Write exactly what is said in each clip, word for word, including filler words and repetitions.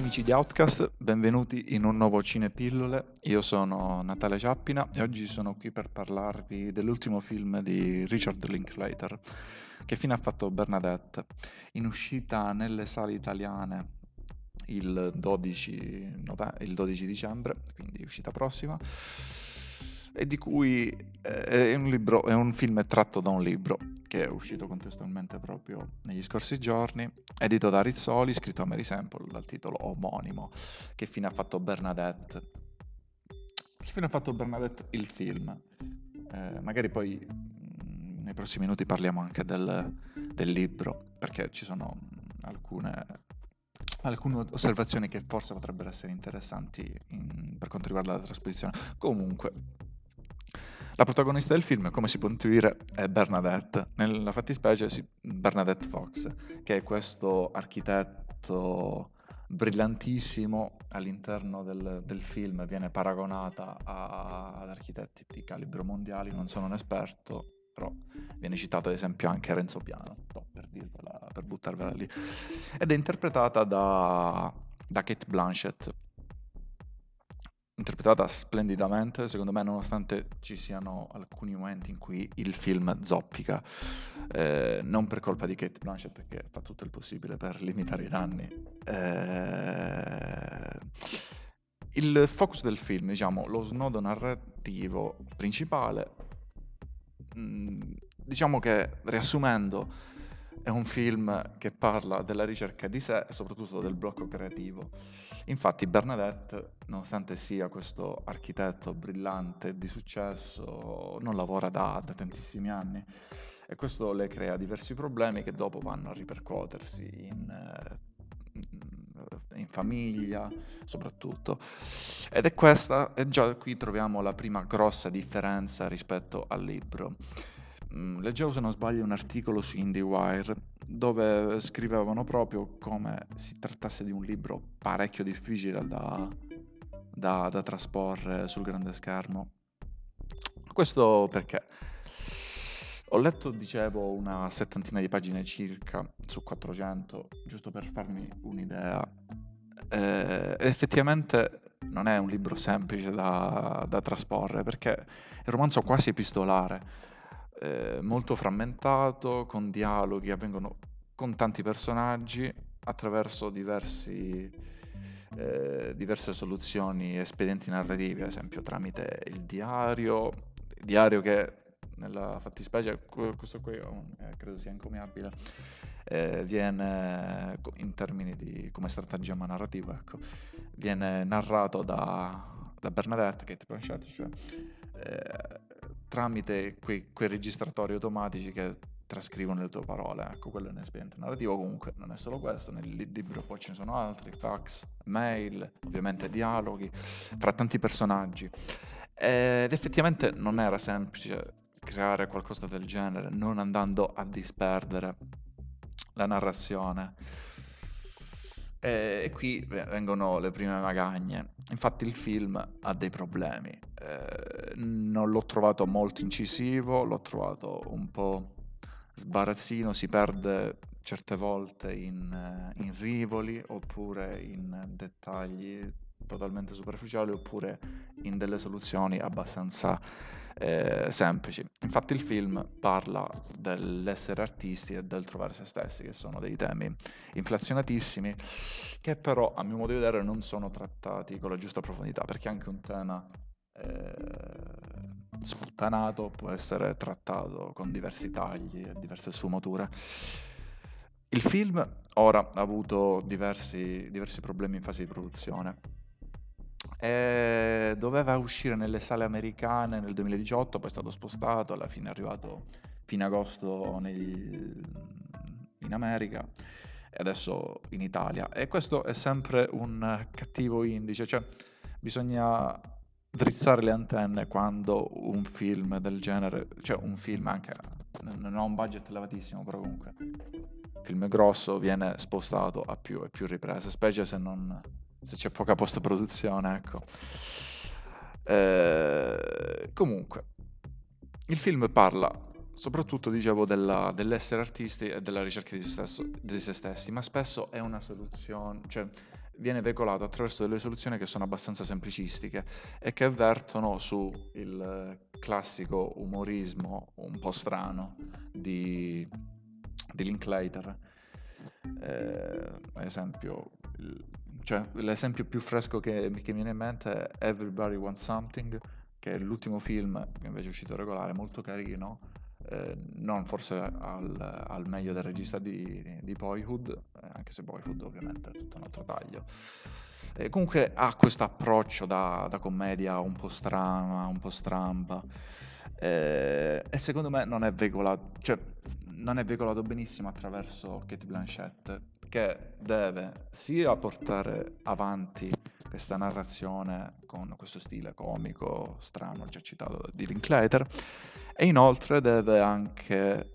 amici di Outcast, benvenuti in un nuovo Cinepillole. Io sono Natale Ciappina e oggi sono qui per parlarvi dell'ultimo film di Richard Linklater, che fine ha fatto Bernadette, in uscita nelle sale italiane il dodici, nove- il dodici dicembre, quindi uscita prossima, e di cui eh, è un libro, è un film tratto da un libro che è uscito contestualmente proprio negli scorsi giorni, edito da Rizzoli, scritto da Mary Sample, dal titolo omonimo, Che fine ha fatto Bernadette. Che fine ha fatto Bernadette il film? Eh, magari poi mh, nei prossimi minuti parliamo anche del, del libro, perché ci sono mh, alcune, alcune osservazioni che forse potrebbero essere interessanti in- per quanto riguarda la trasposizione. Comunque, la protagonista del film, come si può intuire, è Bernadette. Nella fattispecie si- Bernadette Fox, che è questo architetto brillantissimo all'interno del, del film, viene paragonata a- ad architetti di calibro mondiale. Non sono un esperto, però viene citato ad esempio anche Renzo Piano, no, per dirvela, per buttarvela lì. Ed è interpretata da, da Kate Blanchett, interpretata splendidamente, secondo me, nonostante ci siano alcuni momenti in cui il film zoppica, eh, non per colpa di Kate Blanchett che fa tutto il possibile per limitare i danni. Eh, il focus del film, diciamo, lo snodo narrativo principale, mh, diciamo che riassumendo è un film che parla della ricerca di sé e soprattutto del blocco creativo. Infatti Bernadette, nonostante sia questo architetto brillante e di successo, non lavora da, da tantissimi anni e questo le crea diversi problemi che dopo vanno a ripercuotersi in, eh, in famiglia, soprattutto. Ed è questa, e già qui troviamo la prima grossa differenza rispetto al libro. Mm, Leggevo, se non sbaglio, un articolo su IndieWire dove scrivevano proprio come si trattasse di un libro parecchio difficile da, da, da trasporre sul grande schermo. Questo perché ho letto, dicevo, una settantina di pagine circa su quattrocento, giusto per farmi un'idea. Eh, effettivamente non è un libro semplice da, da trasporre perché è un romanzo quasi epistolare, eh, molto frammentato, con dialoghi che avvengono con tanti personaggi attraverso diversi, eh, diverse soluzioni, espedienti narrativi, ad esempio tramite il diario, diario che nella fattispecie, que- questo qui è un- eh, credo sia encomiabile, eh, viene co- in termini di come stratagemma narrativo, ecco, viene narrato da, da Bernadette, Kate Blanchett, cioè eh, tramite quei, quei registratori automatici che trascrivono le tue parole. Ecco, quello è un espediente narrativo. Comunque non è solo questo, nel li- libro poi ce ne sono altri, fax, mail, ovviamente dialoghi fra tanti personaggi. Ed effettivamente non era semplice creare qualcosa del genere, non andando a disperdere la narrazione. E, e qui ve- vengono le prime magagne. Infatti il film ha dei problemi. Eh, non l'ho trovato molto incisivo, l'ho trovato un po' sbarazzino, si perde certe volte in, eh, in rivoli oppure in dettagli totalmente superficiali oppure in delle soluzioni abbastanza eh, semplici. Infatti il film parla dell'essere artisti e del trovare se stessi, che sono dei temi inflazionatissimi, che però a mio modo di vedere non sono trattati con la giusta profondità, perché anche un tema eh, sputtanato può essere trattato con diversi tagli e diverse sfumature. Il film ora ha avuto diversi, diversi problemi in fase di produzione. E doveva uscire nelle sale americane nel duemiladiciotto, poi è stato spostato, alla fine è arrivato fine agosto nei- in America e adesso in Italia. E questo è sempre un cattivo indice, cioè bisogna drizzare le antenne quando un film del genere, cioè un film anche, non ha un budget elevatissimo, però comunque film grosso viene spostato a più e più riprese, specie se non se c'è poca post produzione, ecco. Eh, comunque, il film parla soprattutto dicevo della- dell'essere artisti e della ricerca di se, stesso- di se stessi, ma spesso è una soluzione, cioè viene veicolato attraverso delle soluzioni che sono abbastanza semplicistiche e che vertono su il classico umorismo un po' strano di, di Linklater. Eh, ad esempio, il- cioè, l'esempio più fresco che, che mi viene in mente è Everybody Wants Something, che è l'ultimo film che invece è uscito regolare, molto carino, eh, non forse al, al meglio del regista di, di Boyhood, eh, anche se Boyhood ovviamente è tutto un altro taglio. E comunque ha questo approccio da, da commedia un po' strana, un po' strampa, eh, e secondo me non è veicolato, cioè, non è veicolato benissimo attraverso Kate Blanchett, che deve sia portare avanti questa narrazione con questo stile comico, strano, già citato di Linklater, e inoltre deve anche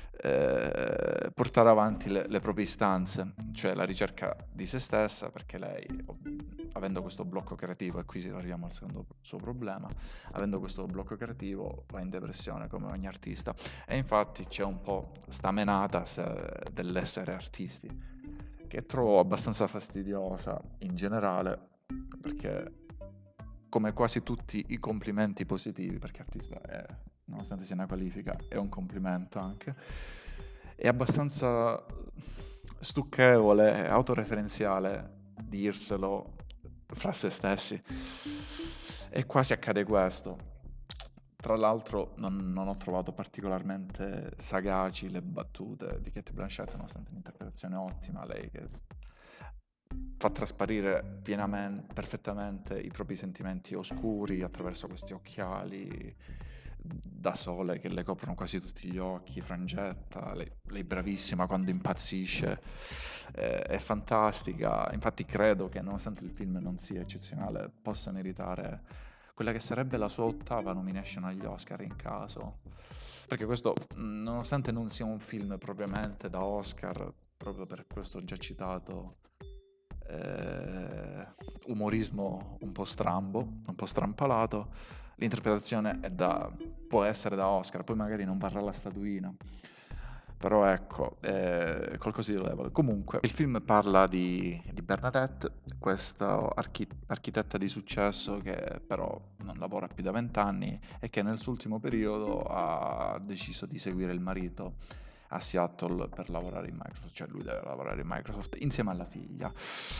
eh, portare avanti le, le proprie istanze, cioè la ricerca di se stessa, perché lei, o- avendo questo blocco creativo, e qui arriviamo al secondo suo problema, avendo questo blocco creativo va in depressione come ogni artista, e infatti c'è un po' sta menata se- dell'essere artisti, che trovo abbastanza fastidiosa in generale, perché come quasi tutti i complimenti positivi, perché artista è, nonostante sia una qualifica, è un complimento anche, è abbastanza stucchevole e autoreferenziale dirselo fra se stessi. E quasi accade questo. Tra l'altro non, non ho trovato particolarmente sagaci le battute di Kate Blanchett, nonostante un'interpretazione ottima, lei che fa trasparire pienamente, perfettamente i propri sentimenti oscuri attraverso questi occhiali da sole che le coprono quasi tutti gli occhi, frangetta, lei, lei bravissima quando impazzisce, eh, è fantastica, infatti credo che nonostante il film non sia eccezionale possa meritare quella che sarebbe la sua ottava nomination agli Oscar in caso, perché questo nonostante non sia un film propriamente da Oscar, proprio per questo già citato eh, umorismo un po' strambo, un po' strampalato, l'interpretazione è da, può essere da Oscar, poi magari non varrà la statuina. Però ecco, è qualcosa di lodevole. Comunque, il film parla di, di Bernadette, questa archi- architetta di successo che però non lavora più da vent'anni e che nel suo ultimo periodo ha deciso di seguire il marito a Seattle per lavorare in Microsoft, cioè lui deve lavorare in Microsoft insieme alla figlia.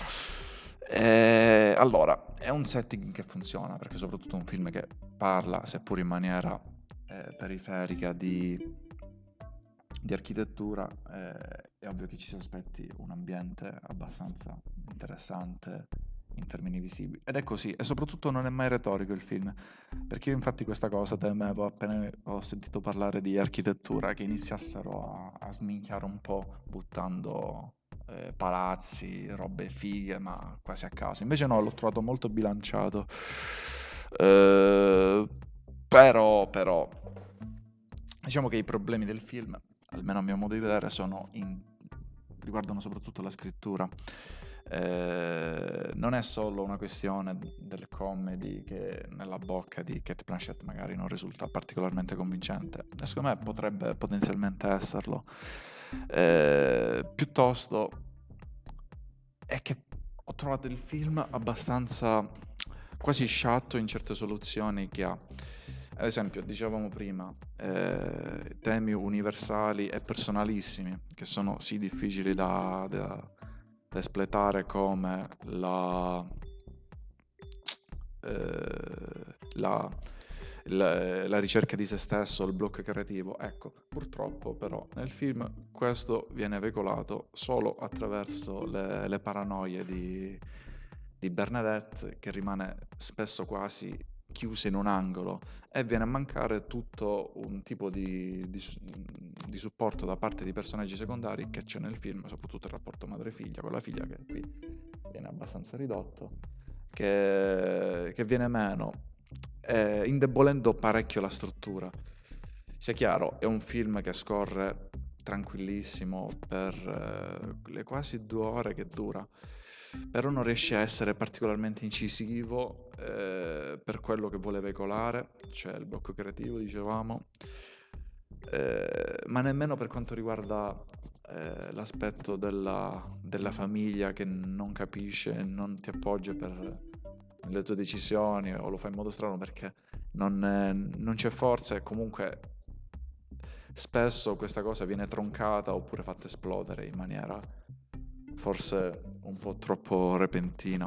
E allora, è un setting che funziona perché soprattutto è un film che parla, seppur in maniera eh, periferica, di, di architettura, eh, è ovvio che ci si aspetti un ambiente abbastanza interessante in termini visivi. Ed è così, e soprattutto non è mai retorico il film, perché io infatti questa cosa temevo appena ho sentito parlare di architettura, che iniziassero a, a sminchiare un po', buttando eh, palazzi, robe fighe, ma quasi a caso. Invece no, l'ho trovato molto bilanciato. Eh, però, però, diciamo che i problemi del film, almeno a mio modo di vedere, sono in- riguardano soprattutto la scrittura. Eh, non è solo una questione del comedy che nella bocca di Kate Blanchett magari non risulta particolarmente convincente, e secondo me potrebbe potenzialmente esserlo. Eh, piuttosto è che ho trovato il film abbastanza quasi sciatto in certe soluzioni che ha. Ad esempio, dicevamo prima, eh, temi universali e personalissimi, che sono sì difficili da, da- da espletare come la, eh, la, la- la ricerca di se stesso, il blocco creativo. Ecco, purtroppo però nel film questo viene veicolato solo attraverso le, le paranoie di, di Bernadette, che rimane spesso quasi chiusa in un angolo, e viene a mancare tutto un tipo di, di, di supporto da parte di personaggi secondari che c'è nel film, soprattutto il rapporto madre-figlia, con la figlia che qui viene abbastanza ridotto, che, che viene meno, eh, indebolendo parecchio la struttura. Sia chiaro, è un film che scorre tranquillissimo per eh, le quasi due ore che dura, però non riesce a essere particolarmente incisivo eh, per quello che vuole veicolare, cioè il blocco creativo, dicevamo, eh, ma nemmeno per quanto riguarda eh, l'aspetto della, della famiglia che non capisce, non ti appoggia per le tue decisioni o lo fa in modo strano perché non, eh, non c'è forza e comunque spesso questa cosa viene troncata oppure fatta esplodere in maniera forse un po' troppo repentina.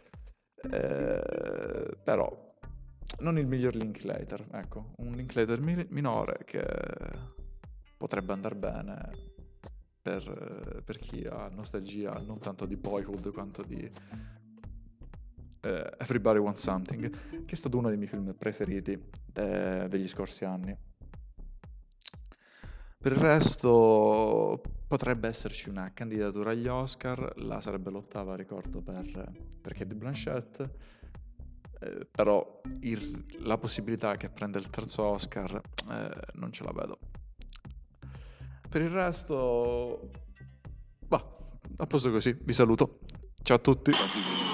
Eh, però non il miglior Linklater, ecco, un Linklater mi- minore che potrebbe andare bene per, per chi ha nostalgia non tanto di Boyhood quanto di eh, Everybody Wants Something, che è stato uno dei miei film preferiti eh, degli scorsi anni. Per il resto potrebbe esserci una candidatura agli Oscar, la sarebbe l'ottava, ricordo, per, per Cate Blanchett, eh, però il- la possibilità che prenda il terzo Oscar eh, non ce la vedo. Per il resto, bah, a posto così, vi saluto. Ciao a tutti.